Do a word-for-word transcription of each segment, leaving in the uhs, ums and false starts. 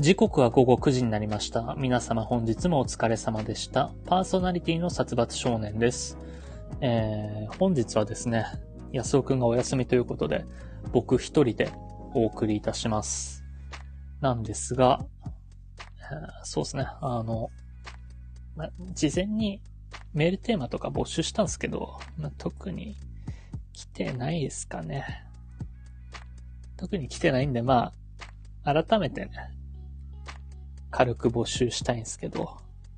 時刻は午後くじになりました。皆様本日もお疲れ様でした。パーソナリティの殺伐少年です。えー、本日はですね、安尾くんがお休みということで、僕一人でお送りいたします。なんですが、えー、そうですね、あの、ま、事前にメールテーマとか募集したんですけど、ま、特に来てないですかね。特に来てないんで、まあ、改めてね、軽く募集したいんですけど、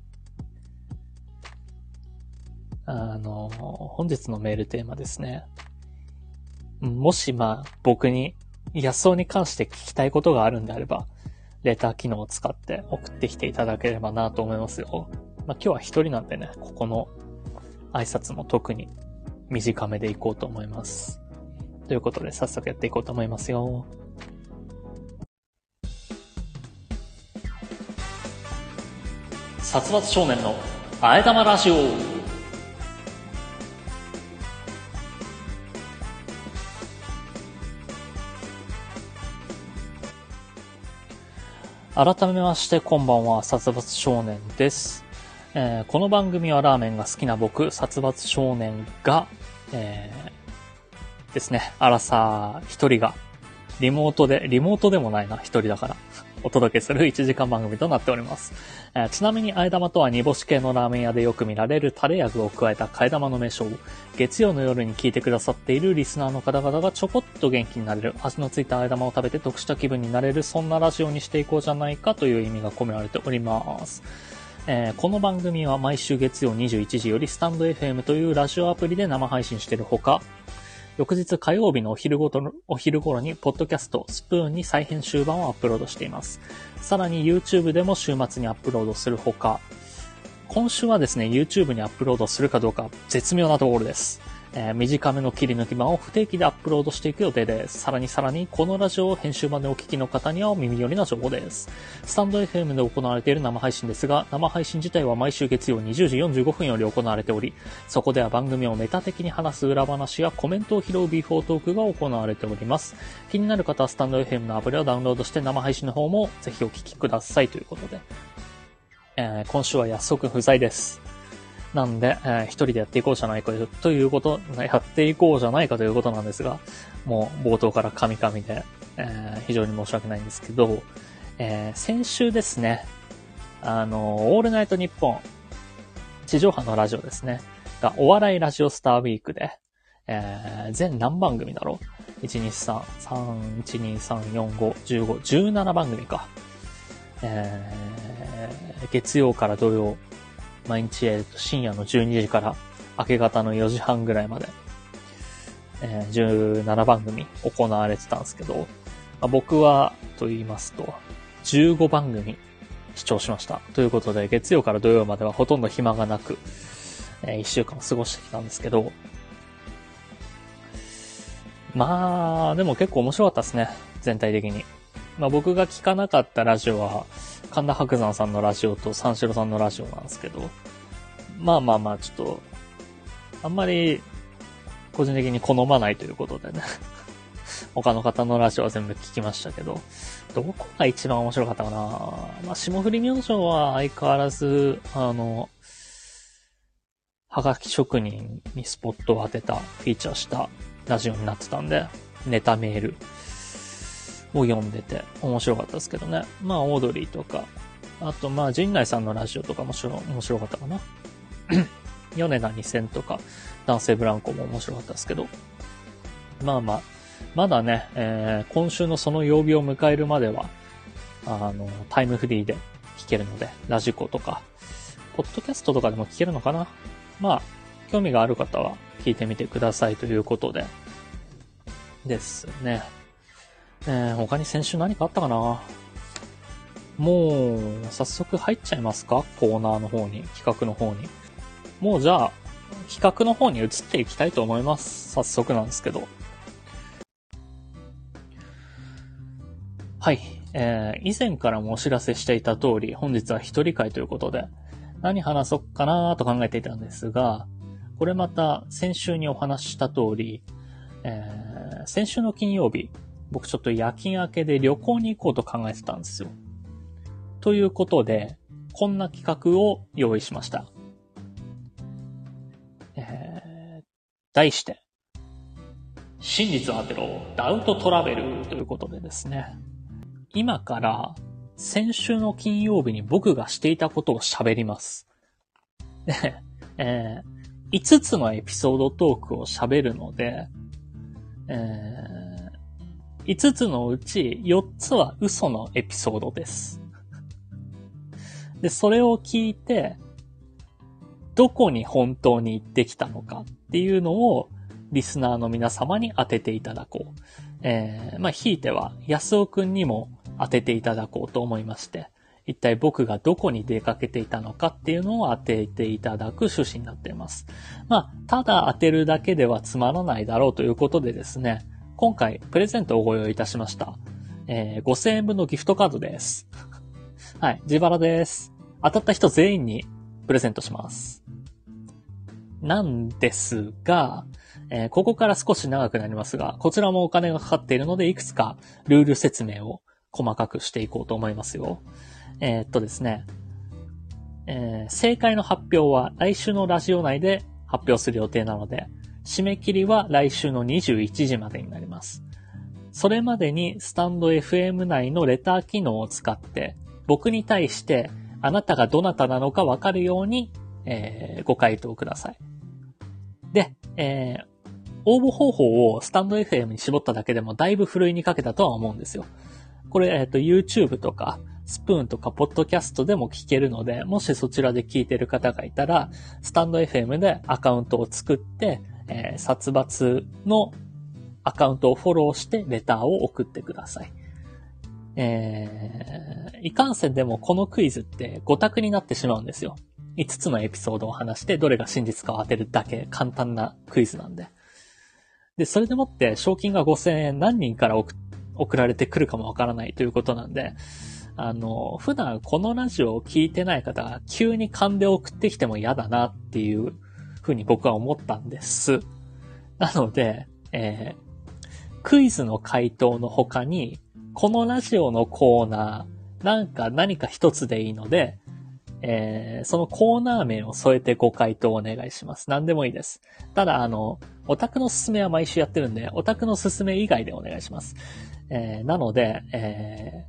あの、本日のメールテーマですね。もしまあ、僕に、安尾に関して聞きたいことがあるんであれば、レター機能を使って送ってきていただければなと思いますよ。まあ今日は一人なんでね、ここの挨拶も特に短めでいこうと思います。ということで早速やっていこうと思いますよ。殺伐少年のあえ玉ラジオ。改めましてこんばんは、殺伐少年です、えー。この番組はラーメンが好きな僕、殺伐少年が、えー、ですね、アラサー一人がリモートで、リモートでもないな、一人だから。お届けするいちじかん番組となっております。えー、ちなみに、あえ玉とは煮干し系のラーメン屋でよく見られるタレや具を加えた替え玉の名称。月曜の夜に聞いてくださっているリスナーの方々がちょこっと元気になれる、味のついたあえ玉を食べて得した気分になれる、そんなラジオにしていこうじゃないかという意味が込められております。えー、この番組は毎週月曜にじゅういちじよりスタンド エフエム というラジオアプリで生配信しているほか、翌日火曜日のお昼ごとの、お昼頃に、ポッドキャスト、スプーンに再編集版をアップロードしています。さらに YouTube でも週末にアップロードするほか、今週はですね、YouTube にアップロードするかどうか、絶妙なところです。えー、短めの切り抜き版を不定期でアップロードしていく予定です。さらにさらに、このラジオを編集版でお聞きの方にはお耳寄りな情報です。スタンド エフエム で行われている生配信ですが、生配信自体は毎週月曜にじゅうじよんじゅうごふんより行われており、そこでは番組をメタ的に話す裏話やコメントを拾うビフォートークが行われております。気になる方はスタンド エフエム のアプリをダウンロードして生配信の方もぜひお聞きくださいということで、えー、今週は安尾くん不在です。なんで、えー、一人でやっていこうじゃないかということ、やっていこうじゃないかということなんですが、もう冒頭からカミカミで、えー、非常に申し訳ないんですけど、えー、先週ですね、あの、オールナイトニッポン、地上波のラジオですね、がお笑いラジオスターウィークで、えー、全何番組だろう ?いち、に、さん、さん、いち、に、さん、よん、ご、じゅうご、じゅうななばん組か。えー、月曜から土曜、毎日、えー、深夜のじゅうにじから明け方のよじはんぐらいまで、えー、じゅうななばん組行われてたんですけど、まあ、僕はと言いますとじゅうごばん組視聴しました。ということで月曜から土曜まではほとんど暇がなく、えー、いっしゅうかん過ごしてきたんですけど、まあでも結構面白かったですね、全体的に。まあ僕が聞かなかったラジオは神田伯山さんのラジオと三四郎さんのラジオなんですけど、まあまあまあちょっとあんまり個人的に好まないということでね他の方のラジオは全部聞きましたけど、どこが一番面白かったかな。まあ霜降り明星は相変わらずあのはがき職人にスポットを当てたフィーチャーしたラジオになってたんで、ネタメールを読んでて面白かったですけどね。まあオードリーとか、あとまあ陣内さんのラジオとかも面白かったかな米田にせんとか男性ブランコも面白かったですけど、まあまあまだね、えー、今週のその曜日を迎えるまではあのタイムフリーで聞けるので、ラジコとかポッドキャストとかでも聞けるのかな。まあ興味がある方は聞いてみてくださいということでですね。えー、他に先週何かあったかな。もう早速入っちゃいますか、コーナーの方に、企画の方に。もうじゃあ企画の方に移っていきたいと思います。早速なんですけど、はい、えー、以前からもお知らせしていた通り、本日は一人会ということで、何話そうかなと考えていたんですが、これまた先週にお話しした通り、えー、先週の金曜日、僕ちょっと夜勤明けで旅行に行こうと考えてたんですよ。 ということで、こんな企画を用意しました。えー、題して、真実を当てろ、ダウトトラベルということでですね。今から先週の金曜日に僕がしていたことを喋ります。で、えー、いつつのエピソードトークを喋るので、えー、いつつのうちよっつは嘘のエピソードです。で、それを聞いて、どこに本当に行ってきたのかっていうのをリスナーの皆様に当てていただこう。えー、まあ、ひいては安尾くんにも当てていただこうと思いまして、一体僕がどこに出かけていたのかっていうのを当てていただく趣旨になっています。まあ、ただ当てるだけではつまらないだろうということでですね、今回プレゼントをご用意いたしました。えー、ごせんえんぶんのギフトカードです。はい、自腹です。当たった人全員にプレゼントします。なんですが、えー、ここから少し長くなりますが、こちらもお金がかかっているので、いくつかルール説明を細かくしていこうと思いますよ。えー、っとですね、えー、正解の発表は来週のラジオ内で発表する予定なので、締め切りは来週のにじゅういちじまでになります。それまでにスタンド エフエム 内のレター機能を使って、僕に対してあなたがどなたなのかわかるように、えー、ご回答ください。で、えー、応募方法をスタンド エフエム に絞っただけでもだいぶふるいにかけたとは思うんですよ。これ、えっと、YouTube とか、スプーンとか、ポッドキャストでも聞けるので、もしそちらで聞いてる方がいたら、スタンド エフエム でアカウントを作って、えー、殺伐のアカウントをフォローしてレターを送ってください。えー、いかんせんでもこのクイズってご択になってしまうんですよ。いつつのエピソードを話して、どれが真実かを当てるだけ簡単なクイズなんで。で、それでもって賞金がごせんえん何人から送送られてくるかもわからないということなんで、あの、普段このラジオを聞いてない方が急に勘で送ってきても嫌だなっていうふうに僕は思ったんです。なので、えー、クイズの回答の他に、このラジオのコーナー、なんか何か一つでいいので、えー、そのコーナー名を添えてご回答お願いします。何でもいいです。ただ、あの、オタクのすすめは毎週やってるんで、オタクのすすめ以外でお願いします。えー、なので、え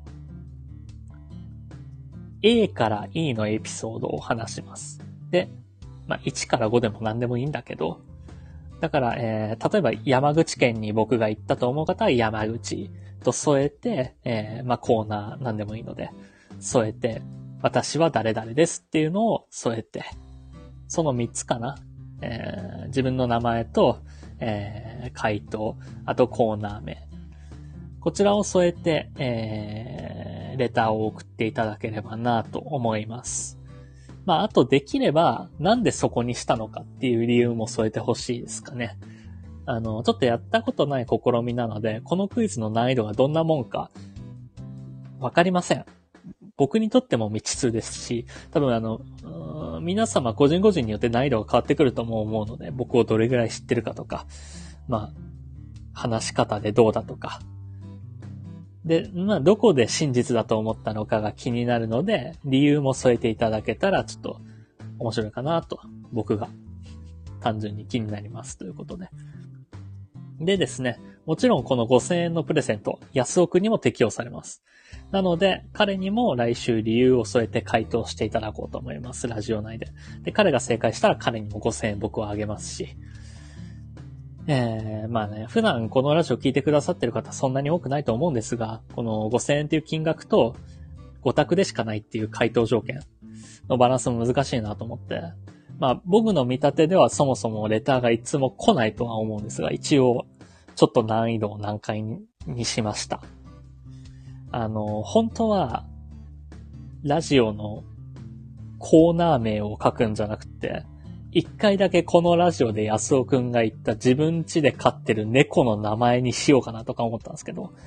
ー、A から E のエピソードを話します。で、まあ、いちからごでも何でもいいんだけど、だから、えー、例えば山口県に僕が行ったと思う方は山口と添えて、えー、まあ、コーナー何でもいいので、添えて、私は誰々ですっていうのを添えて、そのみっつかな。えー、自分の名前と、えー、回答、あとコーナー名。こちらを添えて、えー、レターを送っていただければなと思います。まあ、あとできれば、なんでそこにしたのかっていう理由も添えてほしいですかね。あの、ちょっとやったことない試みなので、このクイズの難易度がどんなもんか、わかりません。僕にとっても未知数ですし、多分あの、皆様個人個人によって難易度が変わってくるとも思うので、僕をどれぐらい知ってるかとか、まあ、話し方でどうだとか。で、まあ、どこで真実だと思ったのかが気になるので、理由も添えていただけたらちょっと面白いかなと、僕が単純に気になりますということで。でですね、もちろんこのごせんえんのプレゼント、安尾くんにも適用されます。なので、彼にも来週理由を添えて回答していただこうと思います。ラジオ内で。で、彼が正解したら彼にもごせんえん僕はあげますし。えー、まあね、普段このラジオ聞いてくださってる方そんなに多くないと思うんですが、このごせんえんっていう金額とご択でしかないっていう回答条件のバランスも難しいなと思って。まあ僕の見立てではそもそもレターがいつも来ないとは思うんですが、一応ちょっと難易度を難解にしました。あの、本当は、ラジオのコーナー名を書くんじゃなくて、一回だけこのラジオで安尾くんが言った自分家で飼ってる猫の名前にしようかなとか思ったんですけど、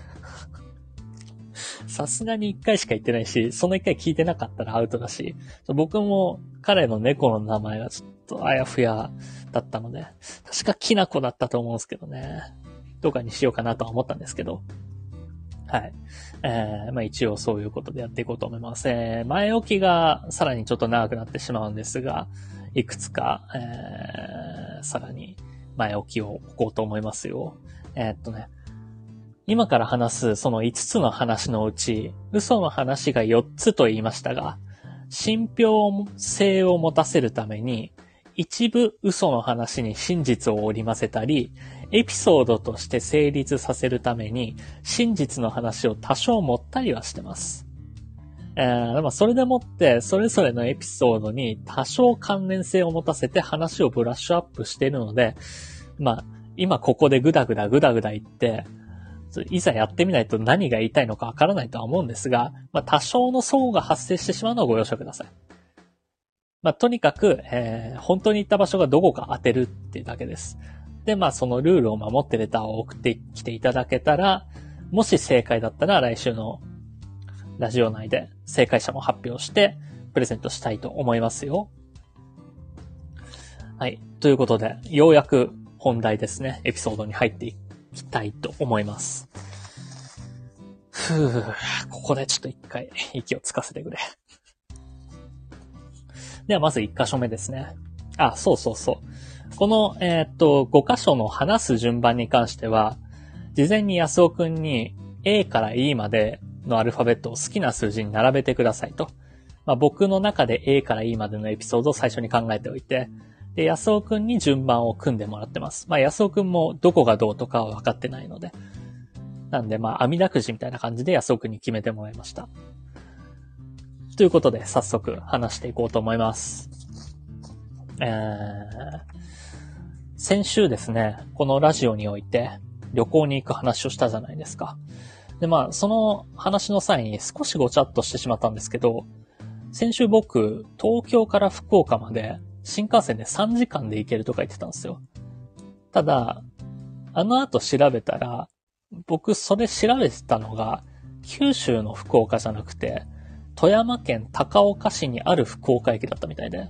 さすがに一回しか言ってないし、その一回聞いてなかったらアウトだし、僕も彼の猫の名前がちょっとあやふやだったので、確かきなこだったと思うんですけどね、とかにしようかなとは思ったんですけど、 はい。えー、まあ一応そういうことでやっていこうと思います。えー、前置きがさらにちょっと長くなってしまうんですが、いくつか、えー、さらに前置きを置こうと思いますよ。えー、っとね、今から話すそのいつつの話のうち、嘘の話がよっつと言いましたが、信憑性を持たせるために、一部嘘の話に真実を織り交ぜたり、エピソードとして成立させるために、真実の話を多少持ったりはしてます。えー、まあそれでもって、それぞれのエピソードに多少関連性を持たせて話をブラッシュアップしているので、まあ、今ここでグダグダグダグダ言って、いざやってみないと何が言いたいのかわからないとは思うんですが、まあ多少の齟齬が発生してしまうのはご容赦ください。まあとにかく、えー、本当に行った場所がどこか当てるっていうだけです。で、まあそのルールを守ってレターを送ってきていただけたら、もし正解だったら来週のラジオ内で正解者も発表してプレゼントしたいと思いますよ。はい。ということで、ようやく本題ですね、エピソードに入っていきたいと思います。ふぅ、ここでちょっと一回息をつかせてくれ。ではまず一箇所目ですね。あ、そうそうそう。この、えー、っと、ご箇所の話す順番に関しては、事前に安尾くんに A から E までのアルファベットを好きな数字に並べてくださいと。まあ、僕の中で A から E までのエピソードを最初に考えておいて、で、安尾くんに順番を組んでもらってます。まあ、安尾くんもどこがどうとかは分かってないので。なんで、まあ、網だくじみたいな感じで安尾くんに決めてもらいました。ということで、早速話していこうと思います。えー、先週ですね、このラジオにおいて旅行に行く話をしたじゃないですか。で、まあ、その話の際に少しごちゃっとしてしまったんですけど、先週僕、東京から福岡まで新幹線でさんじかんで行けるとか言ってたんですよ。ただ、あの後調べたら、僕それ調べてたのが、九州の福岡じゃなくて、富山県高岡市にある福岡駅だったみたいで。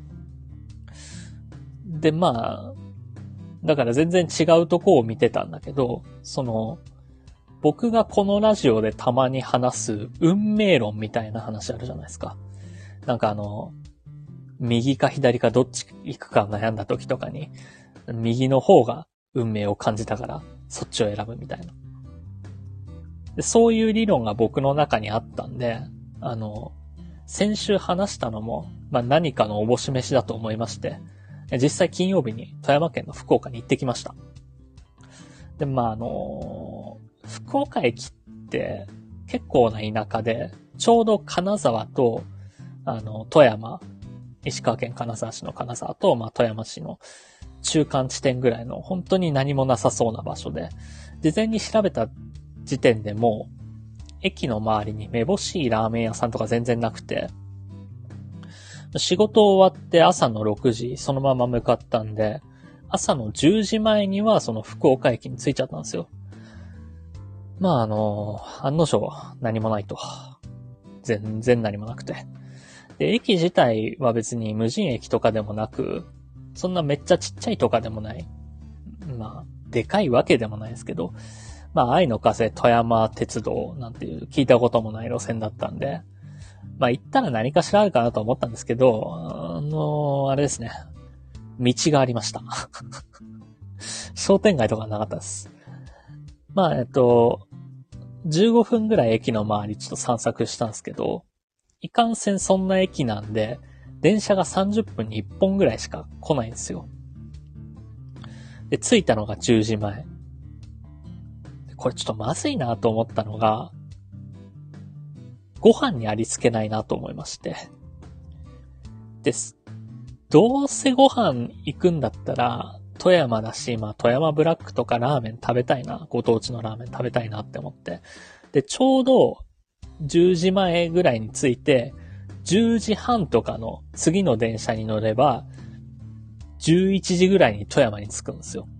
で、まあ、だから全然違うとこを見てたんだけど、その、僕がこのラジオでたまに話す運命論みたいな話あるじゃないですか。なんかあの、右か左かどっち行くか悩んだ時とかに、右の方が運命を感じたからそっちを選ぶみたいな。で、そういう理論が僕の中にあったんで、あの、先週話したのも、まあ何かのおぼし飯だと思いまして、実際金曜日に富山県の福岡に行ってきました。で、まああの、福岡駅って結構な田舎で、ちょうど金沢と、あの、富山、石川県金沢市の金沢と、まあ、富山市の中間地点ぐらいの本当に何もなさそうな場所で、事前に調べた時点でもう、駅の周りにめぼしいラーメン屋さんとか全然なくて、仕事終わって朝のろくじ、そのまま向かったんで、朝のじゅうじまえにはその福岡駅に着いちゃったんですよ。まああの、案の定何もないと。全然何もなくて。で、駅自体は別に無人駅とかでもなく、そんなめっちゃちっちゃいとかでもない。まあ、でかいわけでもないですけど、まあ、愛の風富山鉄道なんていう聞いたこともない路線だったんで、まあ行ったら何かしらあるかなと思ったんですけど、あの、あれですね。道がありました。商店街とかなかったです。まあ、えっと、じゅうごふんぐらい駅の周りちょっと散策したんですけど、いかんせんそんな駅なんで、電車がさんじゅっぷんにいっぽんぐらいしか来ないんですよ。で、着いたのがじゅうじまえ。これちょっとまずいなと思ったのが、ご飯にありつけないなと思いまして。です。どうせご飯行くんだったら、富山だし、まあ富山ブラックとかラーメン食べたいな、ご当地のラーメン食べたいなって思って。で、ちょうどじゅうじまえぐらいに着いて、じゅうじはんとかの次の電車に乗れば、じゅういちじぐらいに富山に着くんですよ。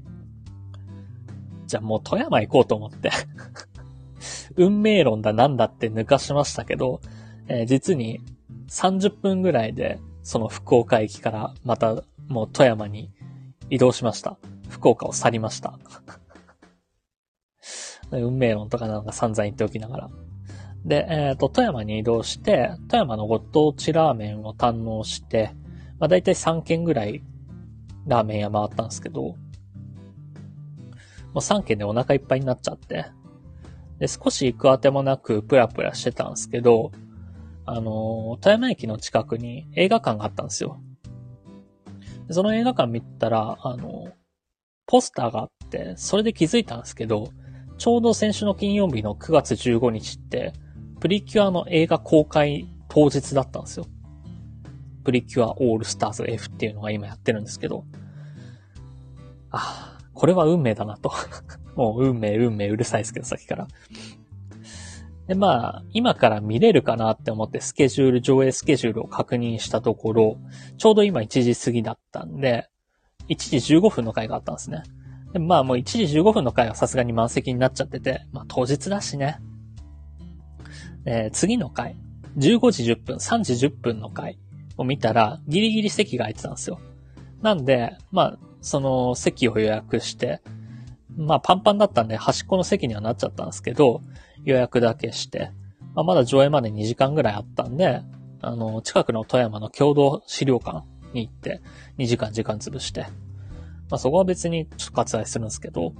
じゃあもう富山行こうと思って。運命論だなんだって抜かしましたけど、えー、実にさんじゅっぷんぐらいで、その福岡駅からまたもう富山に移動しました。福岡を去りました。 運命論とかなんか散々言っておきながら。で、えっと、富山に移動して、富山のご当地ラーメンを堪能して、まあ大体さんけんぐらいラーメン屋回ったんですけど、もうさんけんでお腹いっぱいになっちゃって、で、少し行くあてもなくプラプラしてたんですけど、あの、富山駅の近くに映画館があったんですよ。でその映画館見たら、あの、ポスターがあって、それで気づいたんですけど、ちょうど先週の金曜日のくがつじゅうごにちって、プリキュアの映画公開当日だったんですよ。プリキュアオールスターズ F っていうのが今やってるんですけど、ああ、これは運命だなと。もう運命運命うるさいですけど、さっきから。で、まあ、今から見れるかなって思ってスケジュール、上映スケジュールを確認したところ、ちょうど今いちじ過ぎだったんで、いちじじゅうごふんの回があったんですね。でまあもういちじじゅうごふんの回はさすがに満席になっちゃってて、まあ当日だしね。えー、次の回、じゅうごじじゅっぷん、さんじじゅっぷんの回を見たら、ギリギリ席が空いてたんですよ。なんで、まあ、その席を予約して、まあパンパンだったんで端っこの席にはなっちゃったんですけど、予約だけして、まあ、まだ上映までにじかんぐらいあったんで、あの、近くの富山の共同資料館に行って、にじかん時間潰して、まあそこは別にちょっと割愛するんですけど、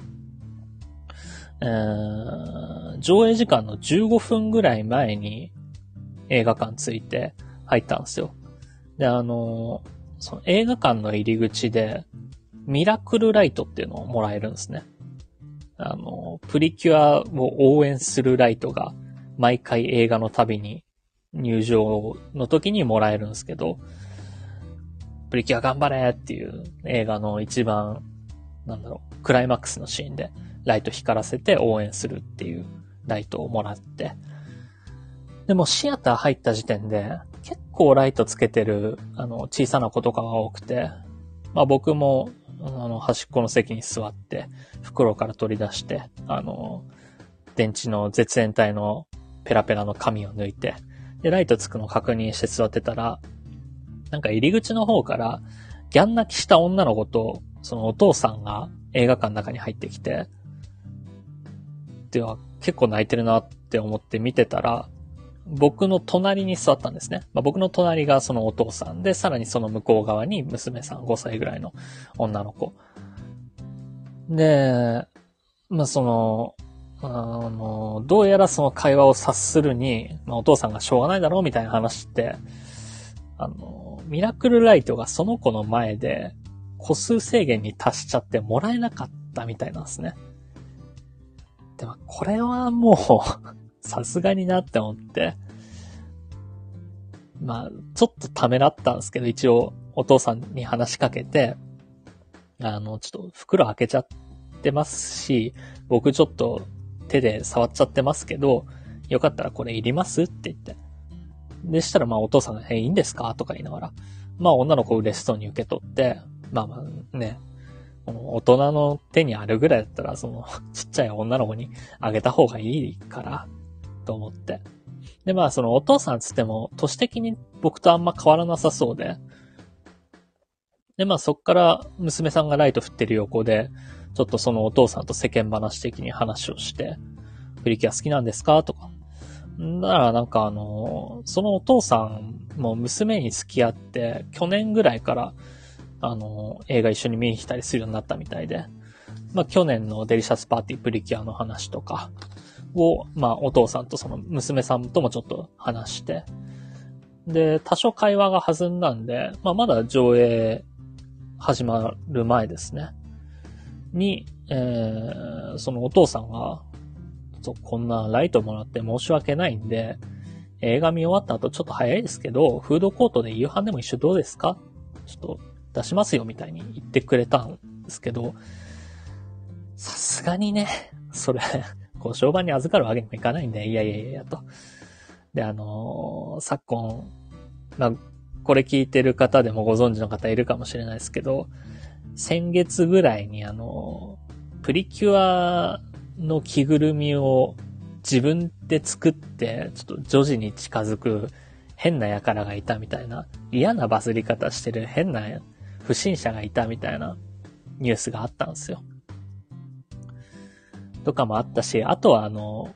えー、上映時間のじゅうごふんぐらい前に映画館着いて入ったんですよ。で、あの、その映画館の入り口でミラクルライトっていうのをもらえるんですね。あの、プリキュアを応援するライトが毎回映画のたびに入場の時にもらえるんですけど、プリキュア頑張れっていう映画の一番、なんだろう、クライマックスのシーンでライト光らせて応援するっていうライトをもらって、でもシアター入った時点で結構ライトつけてるあの小さな子とかが多くて、まあ僕もあの端っこの席に座って袋から取り出して、あの電池の絶縁体のペラペラの紙を抜いて、でライトつくのを確認して座ってたら、なんか入り口の方からギャン泣きした女の子とそのお父さんが映画館の中に入ってきて、では結構泣いてるなって思って見てたら、僕の隣に座ったんですね。まあ、僕の隣がそのお父さんで、さらにその向こう側に娘さんごさいぐらいの女の子。で、まあ、その、あの、どうやらその会話を察するに、まあ、お父さんがしょうがないだろうみたいな話って、あの、ミラクルライトがその子の前で個数制限に達しちゃってもらえなかったみたいなんですね。でも、これはもう、さすがになって思って、まあ、ちょっとためらったんですけど、一応、お父さんに話しかけて、あの、ちょっと袋開けちゃってますし、僕ちょっと手で触っちゃってますけど、よかったらこれいりますって言って。でしたら、まあお父さんが、え、いいんですかとか言いながら、まあ女の子嬉しそうに受け取って、まあまあね、大人の手にあるぐらいだったら、その、ちっちゃい女の子にあげた方がいいから、と思って。で、まあそのお父さんつっても、年的に僕とあんま変わらなさそうで、で、まあそっから娘さんがライト振ってる横で、ちょっとそのお父さんと世間話的に話をして、プリキュア好きなんですかとか。だからなんかあの、そのお父さんも娘に付き合って、去年ぐらいから、あの、映画一緒に見に来たりするようになったみたいで、まあ去年のデリシャスパーティープリキュアの話とかを、まあお父さんとその娘さんともちょっと話して、で、多少会話が弾んだんで、まあまだ上映始まる前ですね。に、えー、そのお父さんが、こんなライトもらって申し訳ないんで、映画見終わった後ちょっと早いですけど、フードコートで夕飯でも一緒どうですか？ちょっと出しますよみたいに言ってくれたんですけど、さすがにね、それ、こう商売に預かるわけにもいかないんで、いやいやいやと。で、あのー、昨今、まあ、これ聞いてる方でもご存知の方いるかもしれないですけど、先月ぐらいにあの、プリキュアの着ぐるみを自分で作って、ちょっと女児に近づく変な輩がいたみたいな、嫌なバズり方してる変な不審者がいたみたいなニュースがあったんですよ。 とかもあったし、あとはあの、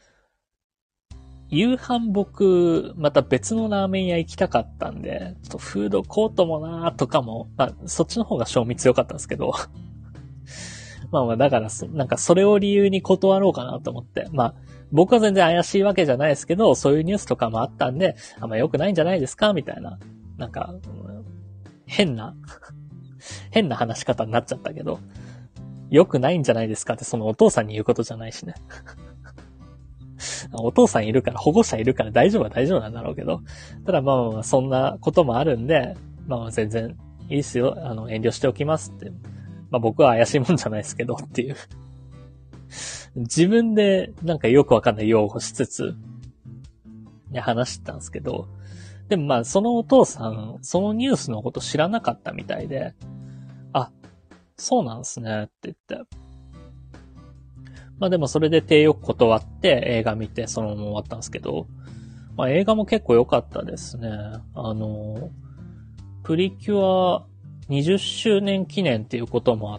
夕飯僕、また別のラーメン屋行きたかったんで、ちょっとフードコートもなーとかも、まあ、そっちの方が賞味強かったんですけど、まあまあ、だからそ、なんかそれを理由に断ろうかなと思って、まあ、僕は全然怪しいわけじゃないですけど、そういうニュースとかもあったんで、あんま良くないんじゃないですかみたいな、なんか、変な、変な話し方になっちゃったけど、良くないんじゃないですかってそのお父さんに言うことじゃないしね。お父さんいるから、保護者いるから大丈夫は大丈夫なんだろうけど、ただまあまあそんなこともあるんで、まあまあ全然いいっすよ、あの遠慮しておきますって。まあ僕は怪しいもんじゃないですけどっていう。自分でなんかよくわかんない用語しつつ、ね、話してたんですけど、でもまあそのお父さん、そのニュースのこと知らなかったみたいで、あ、そうなんですねって言って。まあでもそれで手よく断って映画見てそのまま終わったんですけど、まあ映画も結構良かったですね。あの、プリキュアにじゅっしゅうねん記念っていうこともあって、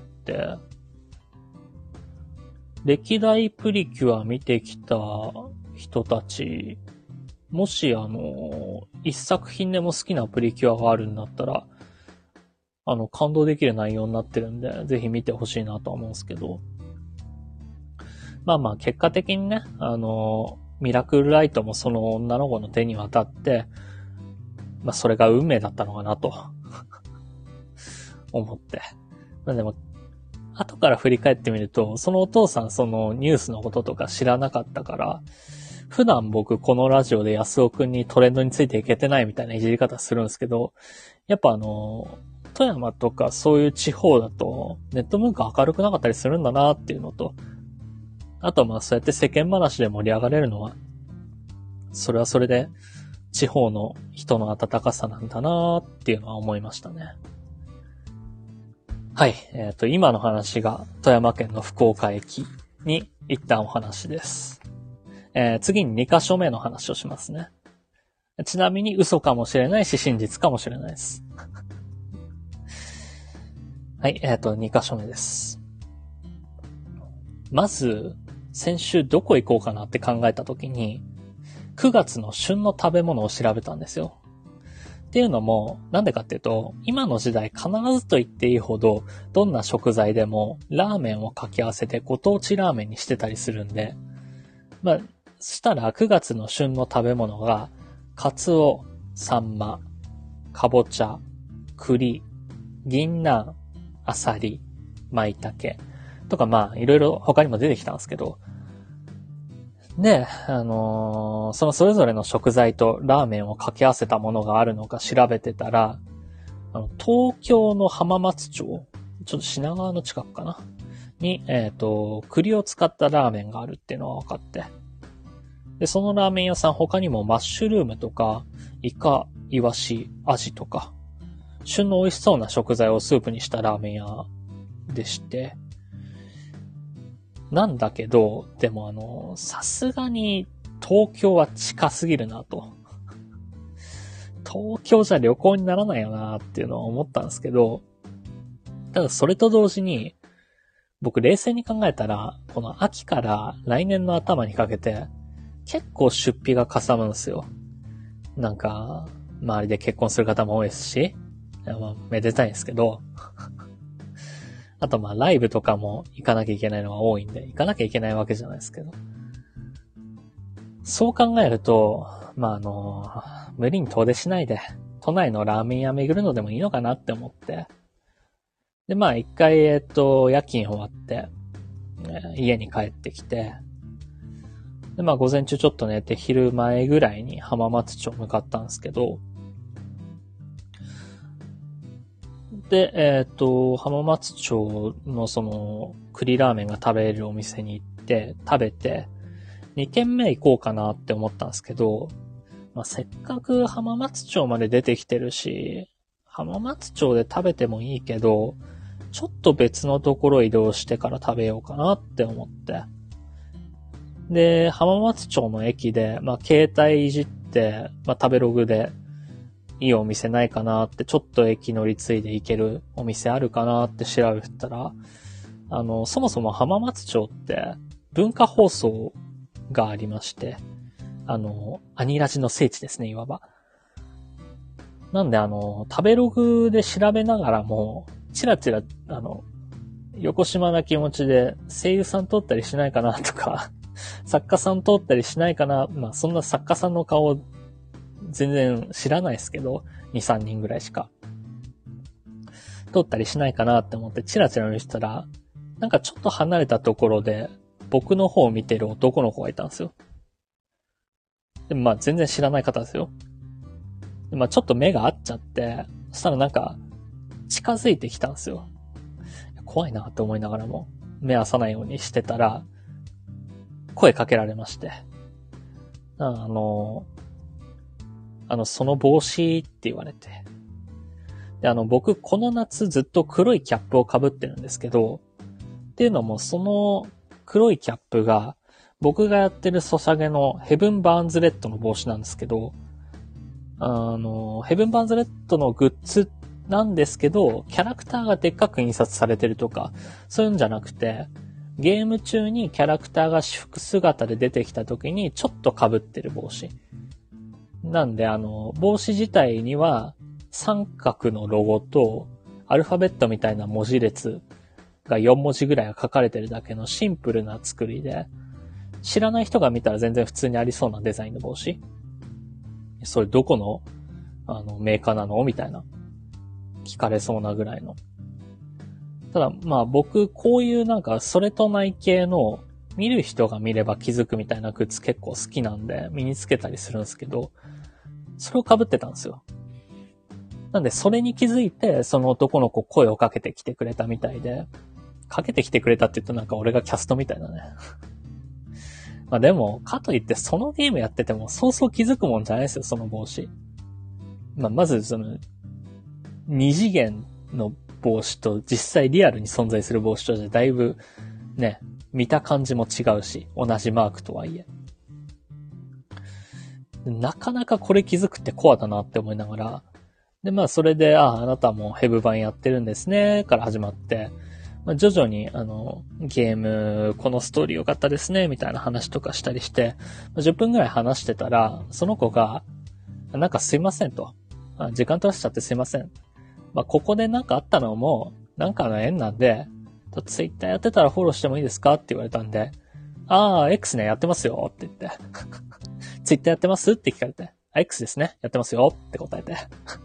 歴代プリキュア見てきた人たち、もしあの、一作品でも好きなプリキュアがあるんだったら、あの、感動できる内容になってるんで、ぜひ見てほしいなとは思うんですけど。まあまあ、結果的にね、あの、ミラクルライトもその女の子の手に渡って、まあそれが運命だったのかなと思って。まあでも、後から振り返ってみると、そのお父さんそのニュースのこととか知らなかったから、普段僕このラジオで安尾くんにトレンドについていけてないみたいないじり方するんですけど、やっぱあの、富山とかそういう地方だとネット文化明るくなかったりするんだなっていうのと、あとまあそうやって世間話で盛り上がれるのは、それはそれで地方の人の温かさなんだなっていうのは思いましたね。はい。えっと、今の話が富山県の福岡駅に一旦お話です。えー、次にに箇所目の話をしますね。ちなみに嘘かもしれないし真実かもしれないです。はい。えっと、に箇所目です。まず、先週どこ行こうかなって考えたときに、くがつの旬の食べ物を調べたんですよ。っていうのも、なんでかっていうと、今の時代必ずと言っていいほど、どんな食材でもラーメンを掛け合わせてご当地ラーメンにしてたりするんで、まあ、そしたらくがつの旬の食べ物が、カツオ、サンマ、かぼちゃ、栗、銀杏、アサリ、マイタケとかまあ、いろいろ他にも出てきたんですけど、で、あのー、そのそれぞれの食材とラーメンを掛け合わせたものがあるのか調べてたら、あの東京の浜松町、ちょっと品川の近くかなに、えっと、栗を使ったラーメンがあるっていうのが分かって。で、そのラーメン屋さん他にもマッシュルームとか、イカ、イワシ、アジとか、旬の美味しそうな食材をスープにしたラーメン屋でして、なんだけど、でもあの、さすがに東京は近すぎるなと。東京じゃ旅行にならないよなっていうのは思ったんですけど、ただそれと同時に、僕冷静に考えたら、この秋から来年の頭にかけて、結構出費がかさむんですよ。なんか、周りで結婚する方も多いですし、まあ、めでたいんですけど、あとまあライブとかも行かなきゃいけないのが多いんで、行かなきゃいけないわけじゃないですけど。そう考えると、まああの、無理に遠出しないで、都内のラーメン屋巡るのでもいいのかなって思って。でまあ一回、えっと、夜勤終わって、家に帰ってきて、でまあ午前中ちょっと寝て昼前ぐらいに浜松町向かったんですけど、で、えっと、浜松町のその、栗ラーメンが食べれるお店に行って、食べて、に軒目行こうかなって思ったんですけど、まあ、せっかく浜松町まで出てきてるし、浜松町で食べてもいいけど、ちょっと別のところ移動してから食べようかなって思って。で、浜松町の駅で、まあ、携帯いじって、まあ、食べログで、いいお店ないかなって、ちょっと駅乗り継いで行けるお店あるかなって調べたら、あの、そもそも浜松町って、 文化放送がありまして、あの、アニラジの聖地ですね、いわば。なんであの、食べログで調べながらも、チラチラ、あの、横島な気持ちで声優さん通ったりしないかなとか、作家さん通ったりしないかな。まあそんな作家さんの顔全然知らないですけど、に、さんにんぐらいしか。通ったりしないかなって思ってチラチラ見てたら、なんかちょっと離れたところで僕の方を見てる男の子がいたんですよ。でもまあ全然知らない方ですよ。でまあちょっと目が合っちゃって、そしたらなんか近づいてきたんですよ。怖いなって思いながらも目合わさないようにしてたら声かけられまして、あの、あの、その帽子って言われて、で、あの、僕この夏ずっと黒いキャップを被ってるんですけど、っていうのもその黒いキャップが僕がやってるソシャゲのヘブン・バーンズ・レッドの帽子なんですけど、あの、ヘブン・バーンズ・レッドのグッズなんですけど、キャラクターがでっかく印刷されてるとか、そういうんじゃなくて、ゲーム中にキャラクターが私服姿で出てきた時にちょっと被ってる帽子。なんであの、帽子自体には三角のロゴとアルファベットみたいな文字列がよん文字ぐらいが書かれてるだけのシンプルな作りで、知らない人が見たら全然普通にありそうなデザインの帽子。それどこのあのメーカーなのみたいな。聞かれそうなぐらいの。ただまあ僕こういうなんかそれとない系の見る人が見れば気づくみたいなグッズ結構好きなんで身につけたりするんですけど、それを被ってたんですよ。なんでそれに気づいてその男の子声をかけてきてくれたみたいで、かけてきてくれたって言うとなんか俺がキャストみたいだね。まあでもかといってそのゲームやっててもそうそう気づくもんじゃないですよ、その帽子。まあまずその二次元の帽子と実際リアルに存在する帽子とじゃだいぶね、見た感じも違うし、同じマークとはいえ。なかなかこれ気づくってコアだなって思いながら、でまあそれで、ああ、あなたもヘブ版やってるんですね、から始まって、まあ、徐々にあの、ゲーム、このストーリー良かったですね、みたいな話とかしたりして、じゅっぷんぐらい話してたら、その子が、なんかすいませんと。時間取らせちゃってすいません。まあ、ここでなんかあったのも、なんかの縁なんで、ツイッターやってたらフォローしてもいいですかって言われたんで、ああ、X ね、やってますよって言って。ツイッターやってますって聞かれて、あ、X ですね、やってますよって答えて。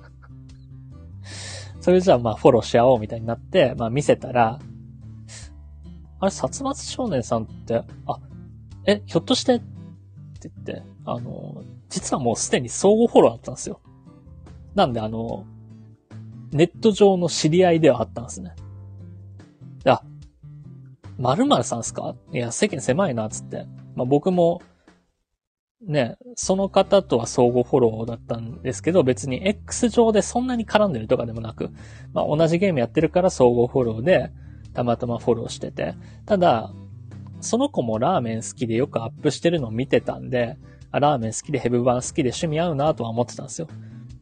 それじゃあまあフォローし合おうみたいになって、まあ見せたら、あれ、殺伐少年さんって、あ、え、ひょっとしてって言って、あの、実はもうすでに相互フォローだったんですよ。なんであの、ネット上の知り合いではあったんですね。あ、〇〇さんっすか？いや、世間狭いな、つって。まあ僕も、ね、その方とは相互フォローだったんですけど、別に X 上でそんなに絡んでるとかでもなく、まあ同じゲームやってるから相互フォローで、たまたまフォローしてて。ただ、その子もラーメン好きでよくアップしてるのを見てたんで、あ、ラーメン好きでヘブバン好きで趣味合うなとは思ってたんですよ。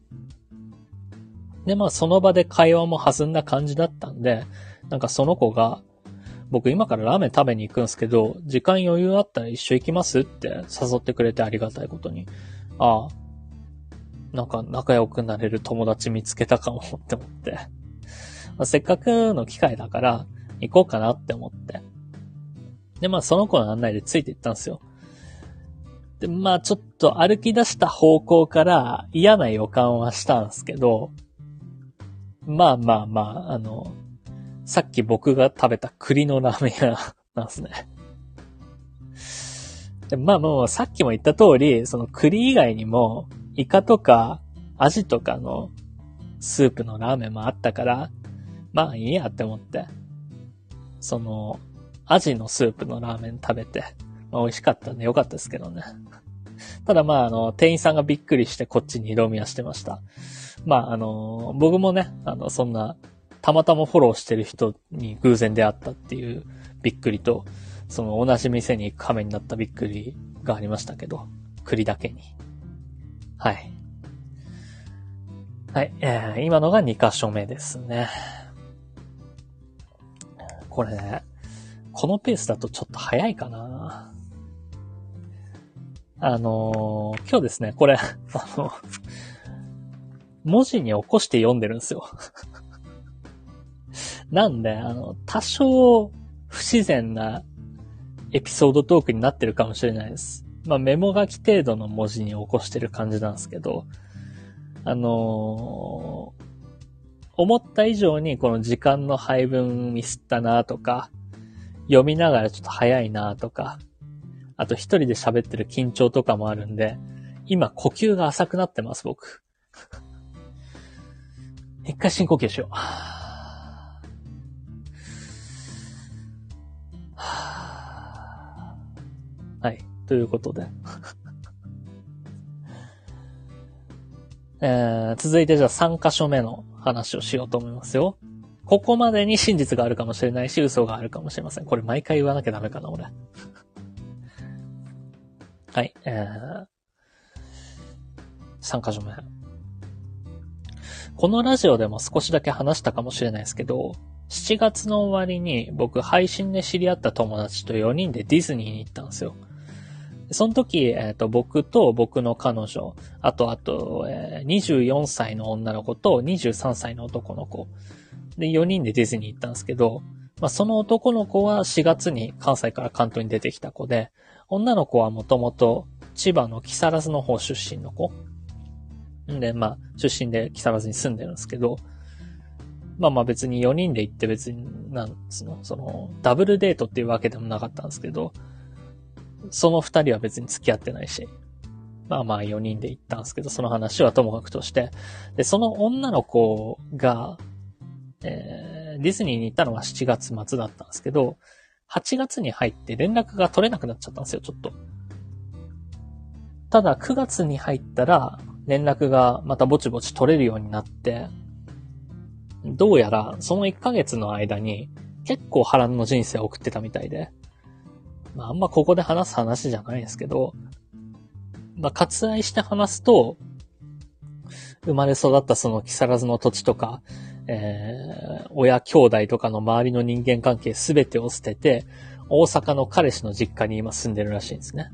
で、まあその場で会話も弾んだ感じだったんで、なんかその子が、僕今からラーメン食べに行くんですけど、時間余裕あったら一緒行きますって誘ってくれてありがたいことに。ああ、なんか仲良くなれる友達見つけたかもって思って。まあ、せっかくの機会だから行こうかなって思って。で、まあその子の案内でついて行ったんですよ。で、まあちょっと歩き出した方向から嫌な予感はしたんですけど、まあまあまあ、あの、さっき僕が食べた栗のラーメン屋なんですね。でまあもうさっきも言った通り、その栗以外にもイカとかアジとかのスープのラーメンもあったから、まあいいやって思って、そのアジのスープのラーメン食べて、まあ美味しかったんでよかったですけどね。ただまああの店員さんがびっくりしてこっちに色見はしてました。まああの僕もね、あのそんなたまたまフォローしてる人に偶然出会ったっていうびっくりと、その同じ店に行く羽目になったびっくりがありましたけど、栗だけに。はい。はい、えー、今のがに箇所目ですね。これね、 このペースだとちょっと早いかな。あのー、今日ですね、これ、あの、文字に起こして読んでるんですよ。なんで、あの、多少不自然なエピソードトークになってるかもしれないです。まあメモ書き程度の文字に起こしてる感じなんですけど、あのー、思った以上にこの時間の配分ミスったなとか、読みながらちょっと早いなとか、あと一人で喋ってる緊張とかもあるんで、今呼吸が浅くなってます、僕。一回深呼吸しよう。はい。ということで。えー、続いてじゃあさん箇所目の話をしようと思いますよ。ここまでに真実があるかもしれないし、嘘があるかもしれません。これ毎回言わなきゃダメかな、俺。はい、えー、さん箇所目。このラジオでも少しだけ話したかもしれないですけど、しちがつの終わりに僕配信で知り合った友達とよにんでディズニーに行ったんですよ。その時、えっと、僕と僕の彼女、あとあと、えー、にじゅうよんさいの女の子とにじゅうさんさいの男の子。で、よにんでディズニー行ったんですけど、まあ、その男の子はしがつに関西から関東に出てきた子で、女の子はもともと千葉の木更津の方出身の子。んで、まあ、出身で木更津に住んでるんですけど、まあまあ別によにんで行って別に、なんつうの、その、ダブルデートっていうわけでもなかったんですけど、その二人は別に付き合ってないし、まあまあよにんで行ったんですけど、その話はともかくとして、で、その女の子が、えー、ディズニーに行ったのがしちがつ末だったんですけど、はちがつに入って連絡が取れなくなっちゃったんですよ、ちょっと。ただくがつに入ったら、連絡がまたぼちぼち取れるようになって、どうやらそのいっかげつの間に結構波乱の人生を送ってたみたいで、まああんまここで話す話じゃないですけど、まあ割愛して話すと、生まれ育ったその木更津の土地とか、えー、親兄弟とかの周りの人間関係すべてを捨てて、大阪の彼氏の実家に今住んでるらしいんですね。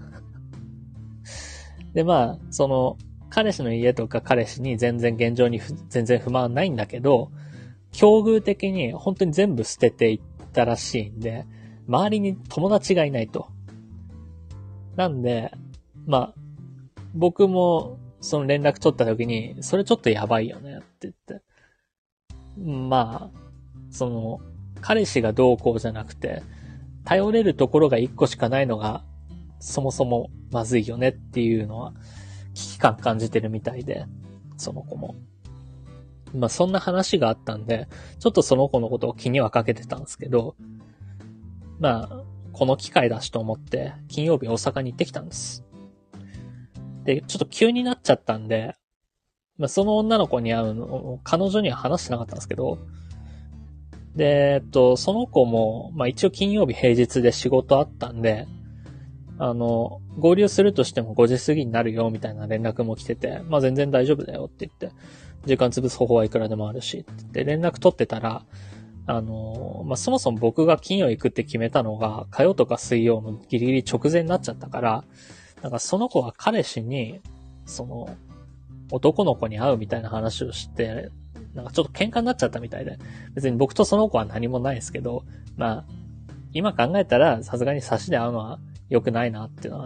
で、まあ、その、彼氏の家とか彼氏に全然現状に全然不満ないんだけど、境遇的に本当に全部捨てていったらしいんで、周りに友達がいないと。なんで、まあ、僕もその連絡取った時に、それちょっとやばいよねって言って。まあ、その、彼氏がどうこうじゃなくて、頼れるところが一個しかないのが、そもそもまずいよねっていうのは、危機感感じてるみたいで、その子も。まあそんな話があったんで、ちょっとその子のことを気にはかけてたんですけど、まあ、この機会だしと思って、金曜日大阪に行ってきたんです。で、ちょっと急になっちゃったんで、まあその女の子に会うの、彼女には話してなかったんですけど、で、えっと、その子も、まあ一応金曜日平日で仕事あったんで、あの、合流するとしてもごじ過ぎになるよみたいな連絡も来てて、まあ全然大丈夫だよって言って、時間潰す方法はいくらでもあるしって言って連絡取ってたら、あの、まあそもそも僕が金曜行くって決めたのが火曜とか水曜のギリギリ直前になっちゃったから、なんかその子は彼氏に、その、男の子に会うみたいな話をして、なんかちょっと喧嘩になっちゃったみたいで、別に僕とその子は何もないですけど、まあ、今考えたらさすがに差しで会うのは良くないなっていうのがあって、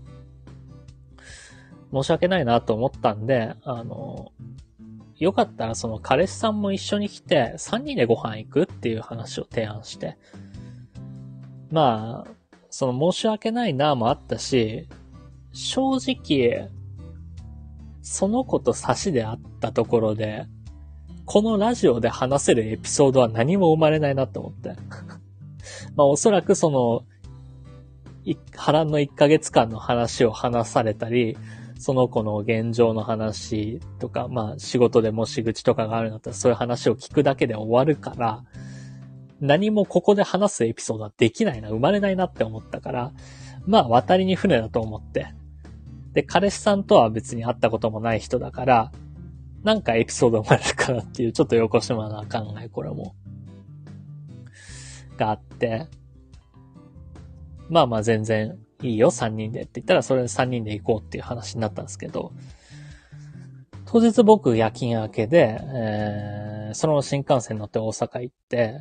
申し訳ないなと思ったんで、あの、よかったらその彼氏さんも一緒に来てさんにんでご飯行くっていう話を提案して、まあ、その申し訳ないなもあったし、正直、その子と差しで会ったところで、このラジオで話せるエピソードは何も生まれないなと思って。まあおそらくその、波乱のいっかげつかんの話を話されたり、その子の現状の話とか、まあ仕事でもし口とかがあるんだったらそういう話を聞くだけで終わるから、何もここで話すエピソードはできないな、生まれないなって思ったから、まあ渡りに船だと思って。で、彼氏さんとは別に会ったこともない人だから、なんかエピソード生まれるかなっていうちょっと横島な考え、これも。 があって、まあまあ全然いいよさんにんでって言ったらそれでさんにんで行こうっていう話になったんですけど、当日僕夜勤明けで、えー、その新幹線乗って大阪行って、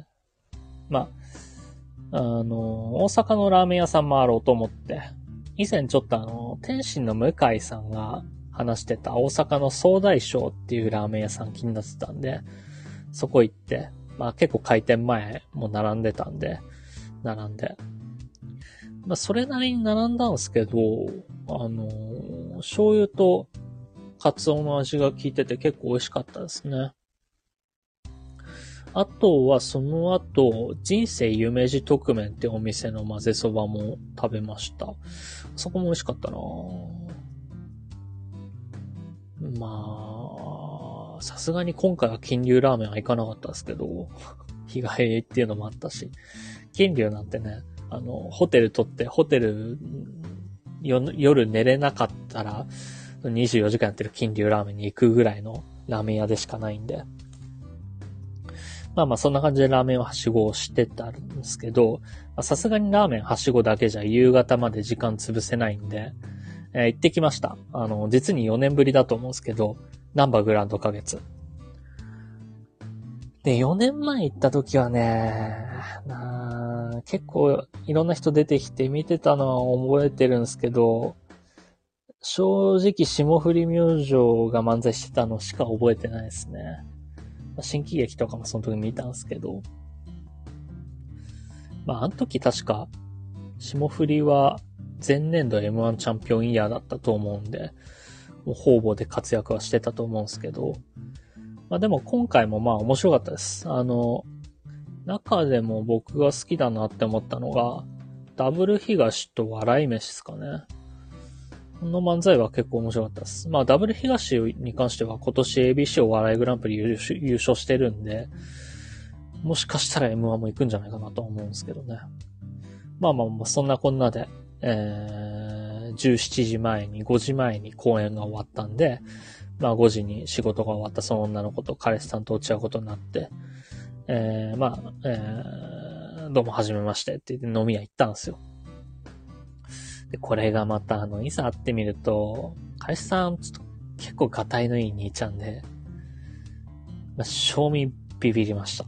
まあ、あの、大阪のラーメン屋さん回ろうと思って、以前ちょっとあの、天津の向井さんが話してた大阪の総大将っていうラーメン屋さん気になってたんで、そこ行って、まあ結構開店前も並んでたんで、並んで。まあそれなりに並んだんですけど、あのー、醤油とカツオの味が効いてて結構美味しかったですね。あとはその後、人生夢路特麺ってお店の混ぜそばも食べました。そこも美味しかったなまあ、さすがに今回は金龍ラーメンは行かなかったですけど、日帰りっていうのもあったし、金龍なんてね、あの、ホテル取って、ホテル、夜寝れなかったら、にじゅうよじかんやってる金龍ラーメンに行くぐらいのラーメン屋でしかないんで。まあまあそんな感じでラーメンははしごをしてたんですけど、さすがにラーメンはしごだけじゃ夕方まで時間潰せないんで、えー、行ってきました。あの、実によねんぶりだと思うんですけど、ナンバーグランド花月。で、よねんまえ行った時はね、な結構いろんな人出てきて見てたのは覚えてるんですけど、正直霜降り明星が漫才してたのしか覚えてないですね。新喜劇とかもその時見たんですけど。まあ、あの時確か、霜降りは前年度 エムワン チャンピオンイヤーだったと思うんで、もう方々で活躍はしてたと思うんですけど。まあでも今回もまあ面白かったです。あの、中でも僕が好きだなって思ったのが、ダブル東と笑い飯ですかね。この漫才は結構面白かったです。まあ、ダブル東に関しては今年 エービーシー お笑いグランプリ優勝してるんで、もしかしたら エムワン も行くんじゃないかなと思うんですけどね。まあまあまあ、そんなこんなで、えー、じゅうしちじまえに、ごじまえに公演が終わったんで、まあごじに仕事が終わったその女の子と彼氏さんと落ち合うことになって、えー、まあ、えー、どうも初めましてって言って飲み屋行ったんですよ。で、これがまた、あの、いざ会ってみると、彼氏さん、ちょっと結構ガタイのいい兄ちゃんで、まあ、正味ビビりました。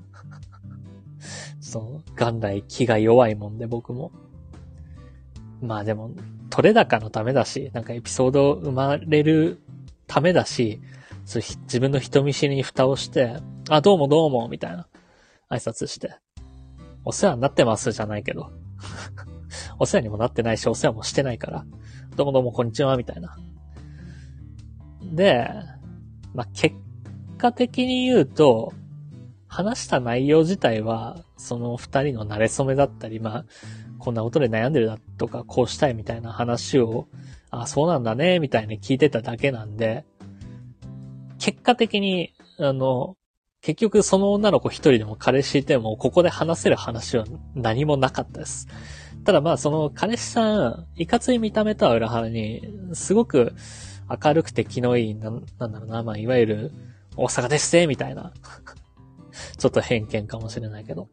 そう、元来気が弱いもんで僕も。まあでも、取れ高のためだし、なんかエピソード生まれるためだし、そう自分の人見知りに蓋をして、あ、どうもどうも、みたいな挨拶して、お世話になってますじゃないけど。お世話にもなってないし、お世話もしてないから、どうもどうもこんにちは、みたいな。で、まあ、結果的に言うと、話した内容自体は、その二人の馴れ初めだったり、まあ、こんなことで悩んでるだとか、こうしたいみたいな話を、あ、そうなんだね、みたいに聞いてただけなんで、結果的に、あの、結局その女の子一人でも彼氏いても、ここで話せる話は何もなかったです。ただまあその彼氏さん、いかつい見た目とは裏腹に、すごく明るくて気のいい、な、なんだろうな、まあいわゆる大阪ですね、みたいな。ちょっと偏見かもしれないけど。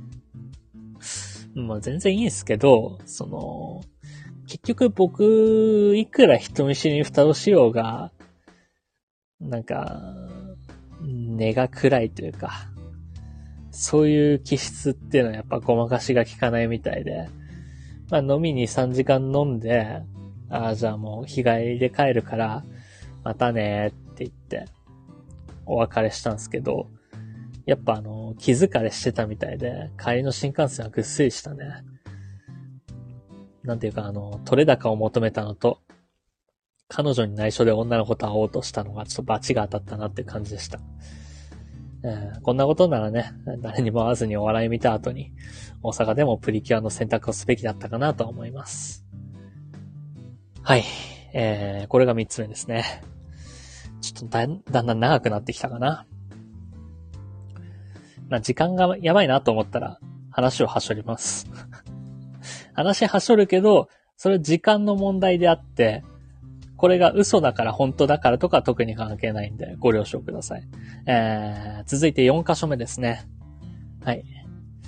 まあ全然いいんですけど、その、結局僕、いくら人見知りに蓋をしようが、なんか、根が暗いというか、そういう気質っていうのはやっぱごまかしが効かないみたいで、まあ飲みにさんじかん飲んで、ああ、じゃあもう日帰りで帰るから、またねって言って、お別れしたんですけど、やっぱあの、気疲れしてたみたいで、帰りの新幹線はぐっすりしたね。なんていうかあの、取れ高を求めたのと、彼女に内緒で女の子と会おうとしたのがちょっとバチが当たったなっていう感じでした。えー、こんなことならね、誰にも会わずにお笑い見た後に、大阪でもプリキュアの選択をすべきだったかなと思います。はい。えー、これが三つ目ですね。ちょっとだ、だんだん長くなってきたかな。まあ、時間がやばいなと思ったら、話をはしょります。話はしょるけど、それ時間の問題であって、これが嘘だから本当だからとか特に関係ないんでご了承ください。えー、続いてよん箇所目ですね。はい。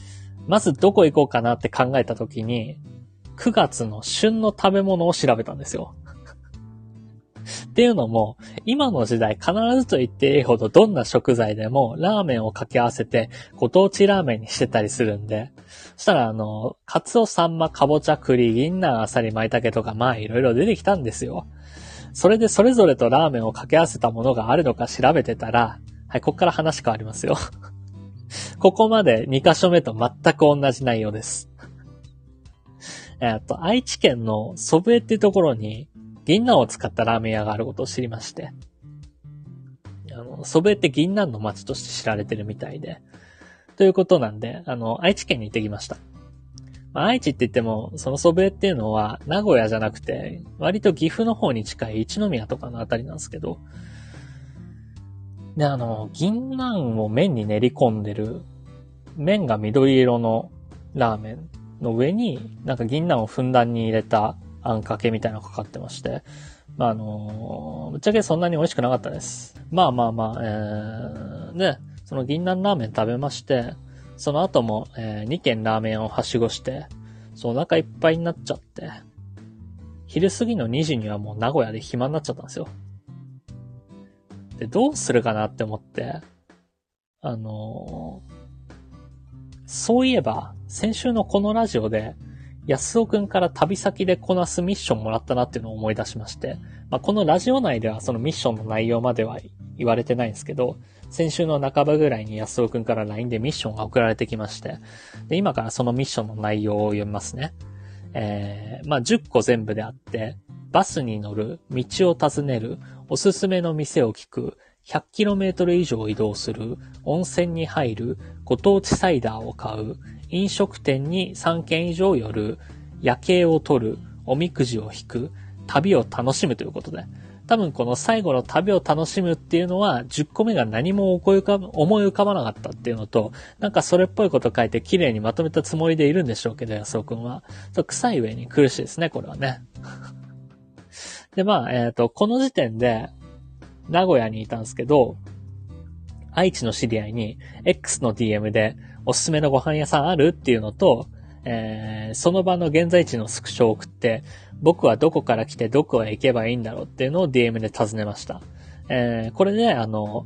まずどこ行こうかなって考えたときに、くがつの旬の食べ物を調べたんですよ。っていうのも、今の時代必ずと言っていいほどどんな食材でもラーメンを掛け合わせてご当地ラーメンにしてたりするんで、そしたらあの、カツオ、サンマ、カボチャ、栗、銀杏、アサリ、舞茸とかまあいろいろ出てきたんですよ。それでそれぞれとラーメンを掛け合わせたものがあるのか調べてたら、はい、ここから話変わりますよ。ここまでに箇所目と全く同じ内容です。えっと、愛知県の祖父江っていうところに、銀杏を使ったラーメン屋があることを知りまして。あの、祖父江って銀杏の町として知られてるみたいで。ということなんで、あの、愛知県に行ってきました。まあ、愛知って言っても、その祖父江っていうのは、名古屋じゃなくて、割と岐阜の方に近い一宮とかのあたりなんですけど、で、あの、銀杏を麺に練り込んでる、麺が緑色のラーメンの上に、なんか銀杏をふんだんに入れたあんかけみたいなのがかかってまして、まあ、あのー、ぶっちゃけそんなに美味しくなかったです。まあまあまあ、えー、で、その銀杏ラーメン食べまして、その後も、えー、にけんラーメンをはしごして、そうお腹いっぱいになっちゃって、昼過ぎのにじにはもう名古屋で暇になっちゃったんですよ。で、どうするかなって思って、あのー、そういえば、先週のこのラジオで、安尾くんから旅先でこなすミッションもらったなっていうのを思い出しまして、まあ、このラジオ内ではそのミッションの内容までは言われてないんですけど、先週の半ばぐらいに安尾くんから ライン でミッションが送られてきまして、で、今からそのミッションの内容を読みますね。えー、まあ、じゅっこ全部であって、バスに乗る、道を尋ねる、おすすめの店を聞く、ひゃくキロメートル 以上移動する、温泉に入る、ご当地サイダーを買う、飲食店にさんけん以上寄る、夜景を撮る、おみくじを引く、旅を楽しむということで。多分この最後の旅を楽しむっていうのはじゅっこめが何も思い浮かば、思い浮かばなかったっていうのと、なんかそれっぽいこと書いて綺麗にまとめたつもりでいるんでしょうけど、安尾くんは。臭い上に苦しいですね、これはね。で、まあ、えっと、この時点で、名古屋にいたんですけど、愛知の知り合いに X の ディーエム でおすすめのご飯屋さんあるっていうのと、えー、その場の現在地のスクショを送って、僕はどこから来てどこへ行けばいいんだろうっていうのを ディーエム で尋ねました。えー、これで、あの、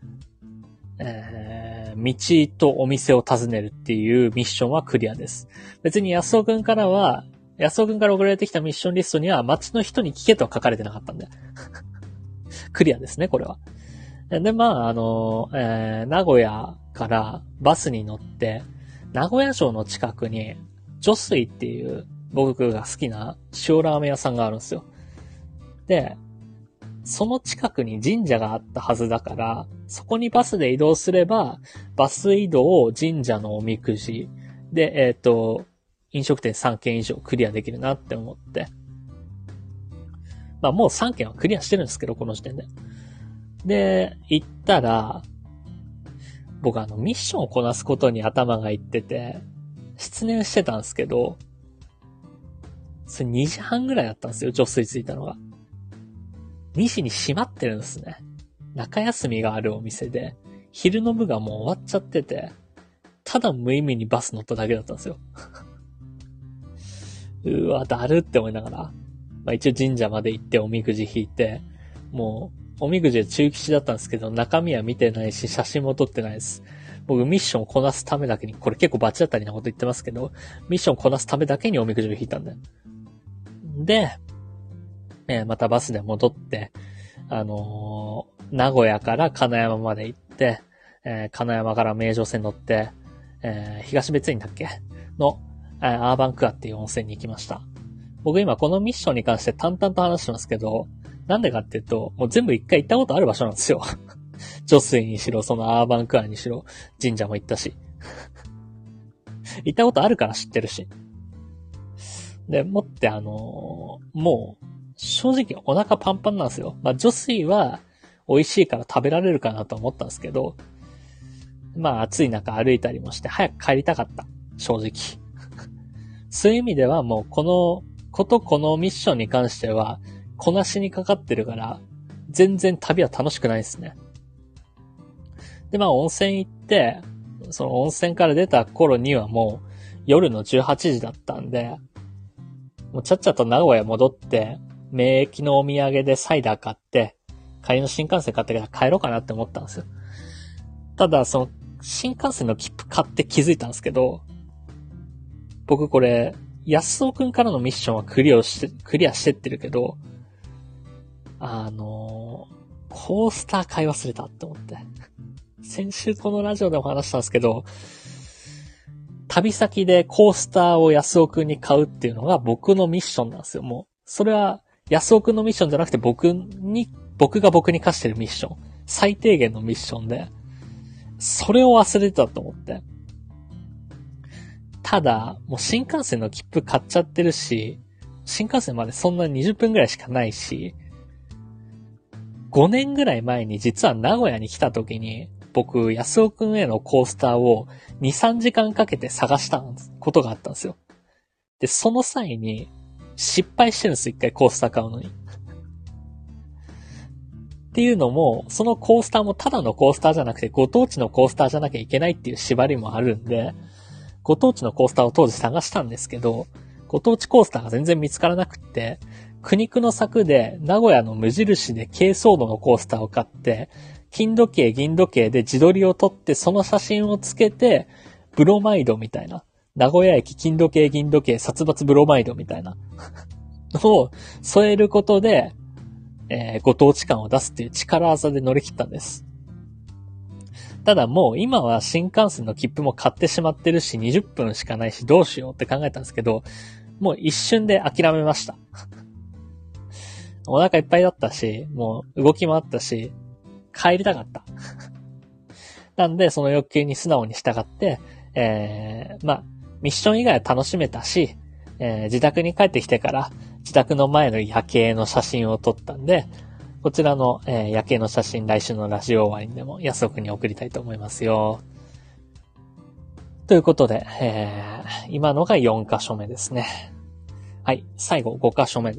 えー、道とお店を尋ねるっていうミッションはクリアです。別に安尾くんからは、安尾くんから送られてきたミッションリストには街の人に聞けとは書かれてなかったんで。クリアですね、これは。で、まあ、あの、えー、名古屋からバスに乗って、名古屋城の近くに、女水っていう僕が好きな塩ラーメン屋さんがあるんですよ。で、その近くに神社があったはずだから、そこにバスで移動すれば、バス移動、神社のおみくじ、で、えっと、飲食店さんけん以上クリアできるなって思って。まあもうさんけんはクリアしてるんですけど、この時点で。で、行ったら、僕あの、ミッションをこなすことに頭がいってて、失念してたんですけど、それにじはんぐらいだったんですよ、女水ついたのが。にじに閉まってるんですね。中休みがあるお店で、昼の部がもう終わっちゃってて、ただ無意味にバス乗っただけだったんですよ。うわ、だるって思いながら。まあ一応神社まで行っておみくじ引いて、もう、おみくじで中吉だったんですけど、中身は見てないし、写真も撮ってないです。僕ミッションをこなすためだけに、これ結構バチ当たりなこと言ってますけど、ミッションをこなすためだけにおみくじを引いたんだよ。で、えー、またバスで戻って、あのー、名古屋から金山まで行って、えー、金山から名城線乗って、えー、東別院だっけの、えー、アーバンクアっていう温泉に行きました。僕今このミッションに関して淡々と話してますけど、なんでかっていうと、もう全部一回行ったことある場所なんですよ。女水にしろ、そのアーバンクアにしろ、神社も行ったし。行ったことあるから知ってるし。で、もってあのー、もう、正直お腹パンパンなんですよ。まあ女水は美味しいから食べられるかなと思ったんですけど、まあ暑い中歩いたりもして早く帰りたかった。正直。そういう意味ではもうこのことこのミッションに関しては、こなしにかかってるから、全然旅は楽しくないですね。で、まあ温泉行って、その温泉から出た頃にはもう、 夜のじゅうはちじだったんで、もうちゃっちゃと名古屋戻って、名駅のお土産でサイダー買って、帰りの新幹線買ったから帰ろうかなって思ったんですよ。ただ、その、新幹線の切符買って気づいたんですけど、僕これ、安尾くんからのミッションはクリアして、クリアしてってるけど、あのー、コースター買い忘れたって思って。先週このラジオでも話したんですけど、旅先でコースターを安尾くんに買うっていうのが僕のミッションなんですよ、もう。それは安尾くんのミッションじゃなくて僕に、僕が僕に課してるミッション。最低限のミッションで、それを忘れてたと思って。ただ、もう新幹線の切符買っちゃってるし、新幹線までそんなにじゅっぷんぐらいしかないし、ごねんぐらい前に実は名古屋に来た時に、僕、安尾くんへのコースターをに、さんじかんかけて探したことがあったんですよ。で、その際に失敗してるんです、一回コースター買うのに。っていうのも、そのコースターもただのコースターじゃなくて、ご当地のコースターじゃなきゃいけないっていう縛りもあるんで、ご当地のコースターを当時探したんですけど、ご当地コースターが全然見つからなくって、苦肉の策で名古屋の無印で軽装度のコースターを買って、金時計、銀時計で自撮りを撮ってその写真をつけて、ブロマイドみたいな。名古屋駅金時計、銀時計、殺伐ブロマイドみたいな。を添えることで、えー、ご当地感を出すっていう力技で乗り切ったんです。ただもう今は新幹線の切符も買ってしまってるしにじゅっぷんしかないしどうしようって考えたんですけど、もう一瞬で諦めました。お腹いっぱいだったし、もう動きもあったし、帰りたかった。なんでその欲求に素直に従って、えー、まあ、ミッション以外は楽しめたし、えー、自宅に帰ってきてから自宅の前の夜景の写真を撮ったんで、こちらの、えー、夜景の写真来週のラジオ終わりにでも安尾くんに送りたいと思いますよ。ということで、えー、今のがよん箇所目ですね。はい、最後ご箇所目です。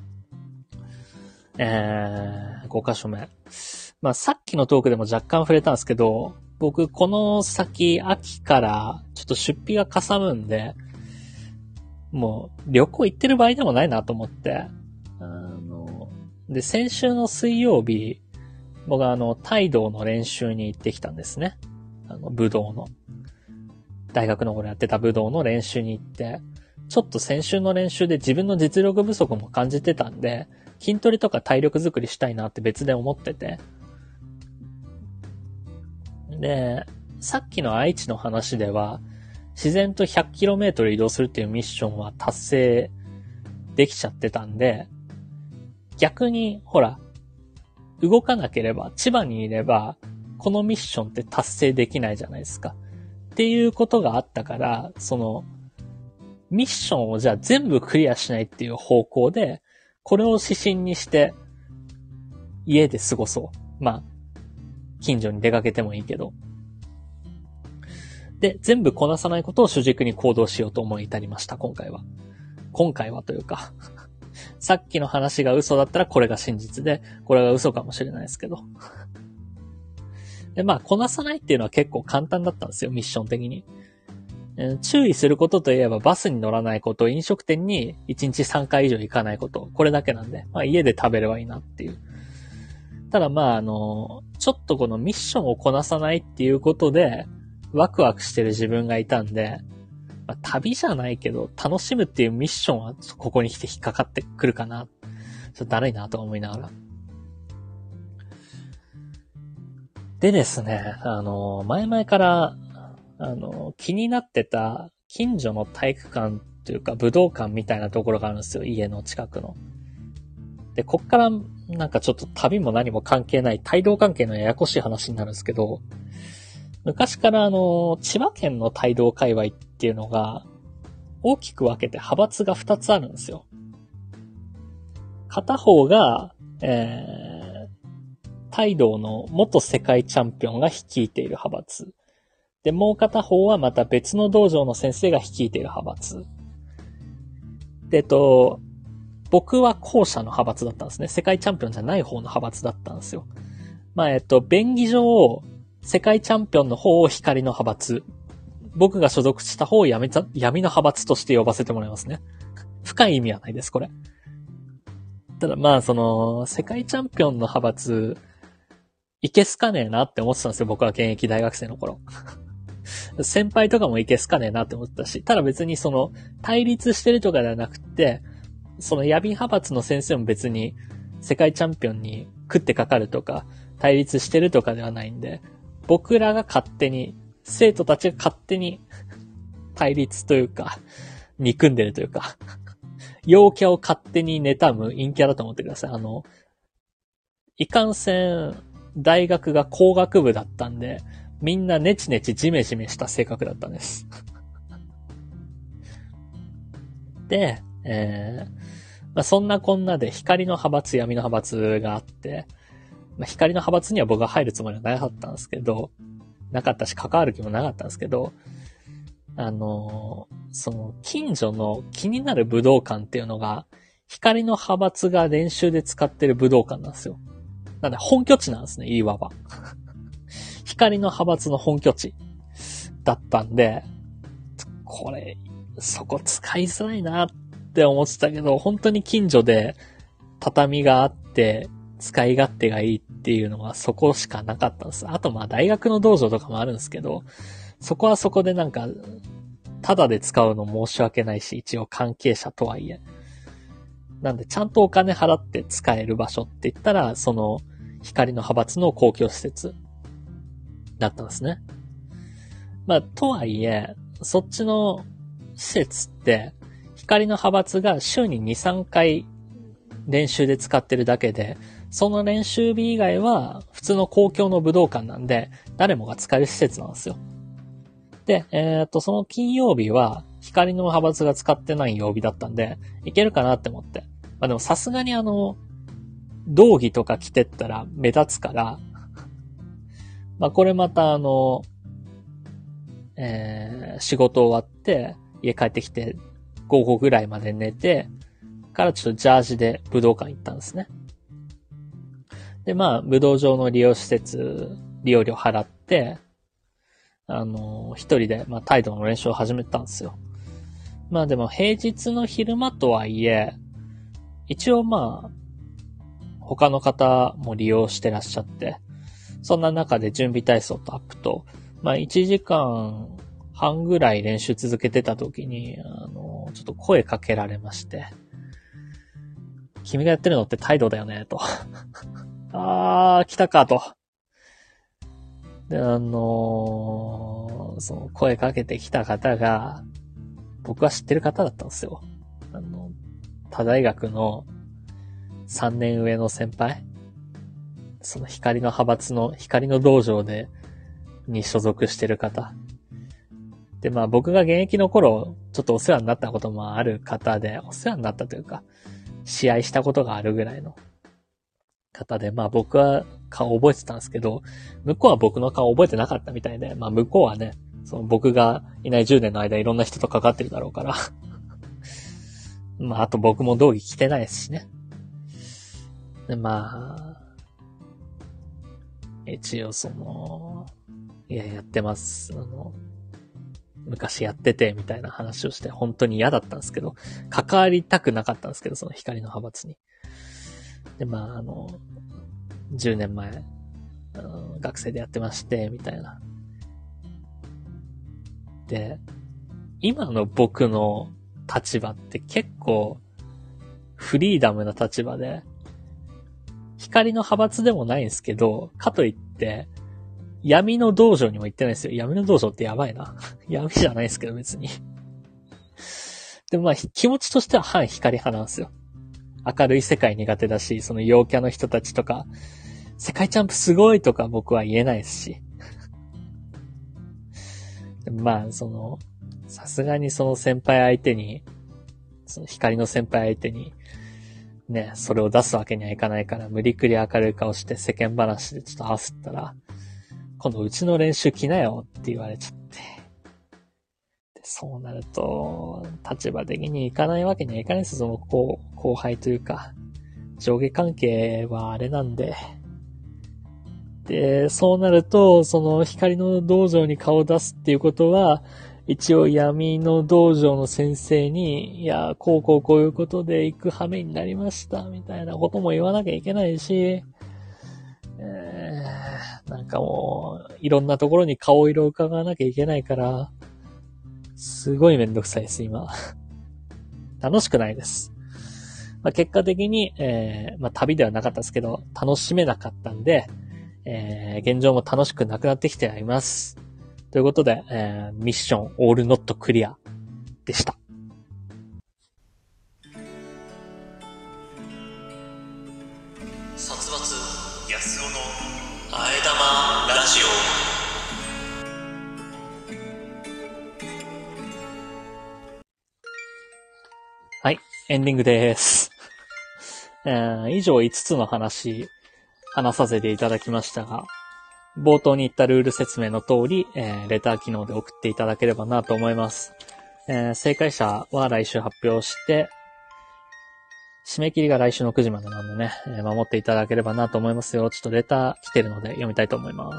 えー、ご箇所目。まあ、さっきのトークでも若干触れたんですけど、僕この先秋からちょっと出費がかさむんで、もう旅行行ってる場合でもないなと思って、あの、で、先週の水曜日、僕はあの、タイドの練習に行ってきたんですね。あの、武道の。大学の頃やってた武道の練習に行って、ちょっと先週の練習で自分の実力不足も感じてたんで、筋トレとか体力作りしたいなって別で思ってて。で、さっきの愛知の話では、自然と ひゃくキロメートル 移動するっていうミッションは達成できちゃってたんで、逆に、ほら、動かなければ、千葉にいれば、このミッションって達成できないじゃないですか。っていうことがあったから、その、ミッションをじゃあ全部クリアしないっていう方向で、これを指針にして、家で過ごそう。まあ、近所に出かけてもいいけど。で、全部こなさないことを主軸に行動しようと思い至りました、今回は。今回はというか、さっきの話が嘘だったらこれが真実で、これが嘘かもしれないですけど。で、まあ、こなさないっていうのは結構簡単だったんですよ、ミッション的に。注意することといえばバスに乗らないこと、飲食店にいちにちさんかい以上行かないこと、これだけなんで、まあ家で食べればいいなっていう。ただまああの、ちょっとこのミッションをこなさないっていうことで、ワクワクしてる自分がいたんで、まあ、旅じゃないけど、楽しむっていうミッションはここに来て引っかかってくるかな。ちょっとだるいなと思いながら。でですね、あの、前々から、あの、気になってた近所の体育館というか武道館みたいなところがあるんですよ、家の近くの。で、こっからなんかちょっと旅も何も関係ない、帯同関係のややこしい話になるんですけど、昔からあの、千葉県の帯同界隈っていうのが、大きく分けて派閥がふたつあるんですよ。片方が、えー、帯同の元世界チャンピオンが率いている派閥。で、もう片方はまた別の道場の先生が率いている派閥。で、えっと、僕は後者の派閥だったんですね。世界チャンピオンじゃない方の派閥だったんですよ。まあ、えっと、便宜上、世界チャンピオンの方を光の派閥僕が所属した方を闇た、闇の派閥として呼ばせてもらいますね。深い意味はないです、これ。ただまあ、その、世界チャンピオンの派閥、いけすかねえなって思ってたんですよ、僕は現役大学生の頃。先輩とかもいけすかねえなって思ってたし、ただ別にその、対立してるとかではなくて、その闇派閥の先生も別に、世界チャンピオンに食ってかかるとか、対立してるとかではないんで、僕らが勝手に、生徒たちが勝手に対立というか、憎んでるというか、陽キャを勝手に妬む陰キャだと思ってください。あの、いかんせん、大学が工学部だったんで、みんなネチネチジメジメした性格だったんです。で、えーまあ、そんなこんなで光の派閥、闇の派閥があって、まあ、光の派閥には僕が入るつもりはなかったんですけど、なかったし関わる気もなかったんですけど、あのー、その近所の気になる武道館っていうのが、光の派閥が練習で使ってる武道館なんですよ。なんで本拠地なんですね、いわば。光の派閥の本拠地だったんで、これ、そこ使いづらいなって思ってたけど、本当に近所で畳があって、使い勝手がいいっていうのはそこしかなかったんです。あとまあ大学の道場とかもあるんですけど、そこはそこでなんか、ただで使うの申し訳ないし、一応関係者とはいえ。なんでちゃんとお金払って使える場所って言ったら、その光の派閥の公共施設だったんですね。まあ、とはいえ、そっちの施設って、光の派閥が週にに、さんかい練習で使ってるだけで、その練習日以外は普通の公共の武道館なんで、誰もが使える施設なんですよ。で、えっと、その金曜日は、光の派閥が使ってない曜日だったんで、いけるかなって思って。まあでもさすがにあの、道着とか着てったら目立つから、まあこれまたあの、えー、仕事終わって、家帰ってきて、午後ぐらいまで寝て、からちょっとジャージで武道館行ったんですね。で、まあ、武道場の利用施設、利用料払って、あのー、一人で、まあ、態度の練習を始めたんですよ。まあでも、平日の昼間とはいえ、一応まあ、他の方も利用してらっしゃって、そんな中で準備体操とアップと、まあいちじかんはんぐらい練習続けてた時に、あの、ちょっと声かけられまして、君がやってるのって態度だよね、と。あー、来たか、と。で、あのー、その声かけてきた方が、僕は知ってる方だったんですよ。あの、他大学のさんねん上の先輩、その光の派閥の光の道場で、に所属してる方。で、まあ僕が現役の頃、ちょっとお世話になったこともある方で、お世話になったというか、試合したことがあるぐらいの方で、まあ僕は顔覚えてたんですけど、向こうは僕の顔覚えてなかったみたいで、まあ向こうはね、その僕がいないじゅうねんの間いろんな人と関わってるだろうから、まああと僕も道着着てないですしね。で、まあ、一応その、いや、やってます。あの、昔やってて、みたいな話をして、本当に嫌だったんですけど、関わりたくなかったんですけど、その光の派閥に。で、まあ、あの、じゅうねんまえ、あの学生でやってまして、みたいな。で、今の僕の立場って結構、フリーダムな立場で、光の派閥でもないんですけど、かといって、闇の道場にも行ってないですよ。闇の道場ってやばいな。闇じゃないですけど別に。でもまあ気持ちとしては反光派なんですよ。明るい世界苦手だし、その陽キャの人たちとか、世界チャンプすごいとか僕は言えないですし。まあその、さすがにその先輩相手に、その光の先輩相手に、ね、それを出すわけにはいかないから、無理くり明るい顔して世間話でちょっと合わせたら、今度うちの練習来なよって言われちゃって。でそうなると、立場的に行かないわけにはいかないです。その後、後輩というか、上下関係はあれなんで、 で、そうなると、その光の道場に顔を出すっていうことは、一応闇の道場の先生に、いや、こうこうこういうことで行く羽目になりました、みたいなことも言わなきゃいけないし、えー、なんかもう、いろんなところに顔色を伺わなきゃいけないから、すごいめんどくさいです、今。楽しくないです。まあ、結果的に、えー、まあ、旅ではなかったですけど、楽しめなかったんで、えー、現状も楽しくなくなってきてはいます。ということで、えー、ミッションオールノットクリアでした。殺伐安尾のあえ玉ラジオ。はい、エンディングです。えー、以上いつつの話、話させていただきましたが、冒頭に言ったルール説明の通り、えー、レター機能で送っていただければなと思います。えー、正解者は来週発表して、締め切りが来週のくじまでなんでね、えー、守っていただければなと思いますよ。ちょっとレター来てるので読みたいと思います。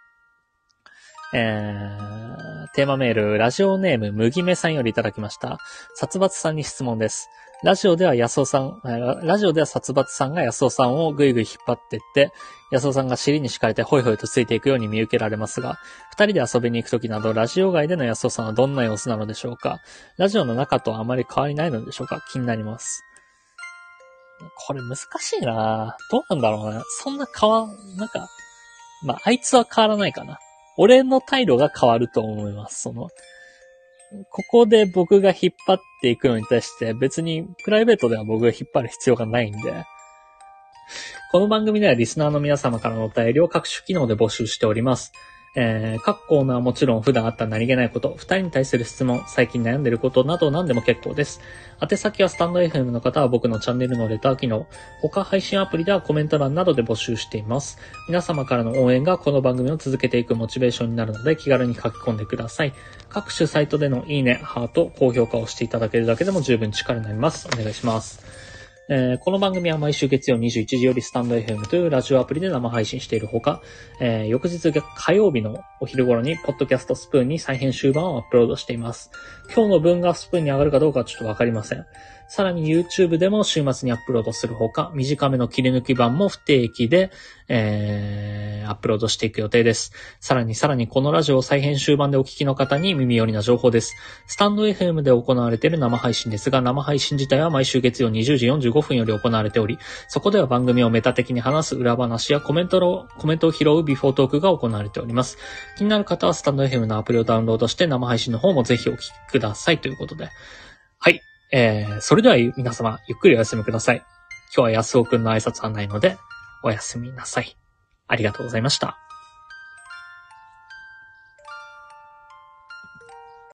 えー、テーマメール、ラジオネーム、麦目さんよりいただきました。殺伐さんに質問です。ラジオでは安尾さん、ラジオでは殺伐さんが安尾さんをぐいぐい引っ張っていって、安尾さんが尻に敷かれてホイホイとついていくように見受けられますが、二人で遊びに行くときなど、ラジオ外での安尾さんはどんな様子なのでしょうか？ラジオの中とあまり変わりないのでしょうか？気になります。これ難しいなぁ。どうなんだろうな。そんな変わん、なんか、まあ、あいつは変わらないかな。俺の態度が変わると思います。その、ここで僕が引っ張っていくのに対して別にプライベートでは僕が引っ張る必要がないんで、この番組ではリスナーの皆様からのお便りを各種機能で募集しております。えー、各コーナーはもちろん普段あった何気ないこと、二人に対する質問、最近悩んでることなど何でも結構です。宛先はスタンド エフエム の方は僕のチャンネルのレター機能、他配信アプリではコメント欄などで募集しています。皆様からの応援がこの番組を続けていくモチベーションになるので気軽に書き込んでください。各種サイトでのいいね、ハート、高評価をしていただけるだけでも十分力になります。お願いします。えー、この番組は毎週月曜にじゅういちじよりスタンド エフエム というラジオアプリで生配信しているほか、えー、翌日火曜日のお昼頃にポッドキャストスプーンに再編集版をアップロードしています。今日の分がスプーンに上がるかどうかはちょっとわかりません。さらに YouTube でも週末にアップロードするほか、短めの切り抜き版も不定期で、えー、アップロードしていく予定です。さらにさらにこのラジオを再編集版でお聞きの方に耳寄りな情報です。スタンド エフエム で行われている生配信ですが、生配信自体は毎週月曜にじゅうじよんじゅうごふんより行われており、そこでは番組をメタ的に話す裏話やコメントを、コメントを拾うビフォートークが行われております。気になる方はスタンド エフエム のアプリをダウンロードして生配信の方もぜひお聞きくださいということで。はい。えー、それでは皆様、ゆっくりお休みください。今日は安尾くんの挨拶はないので、おやすみなさい。ありがとうございました。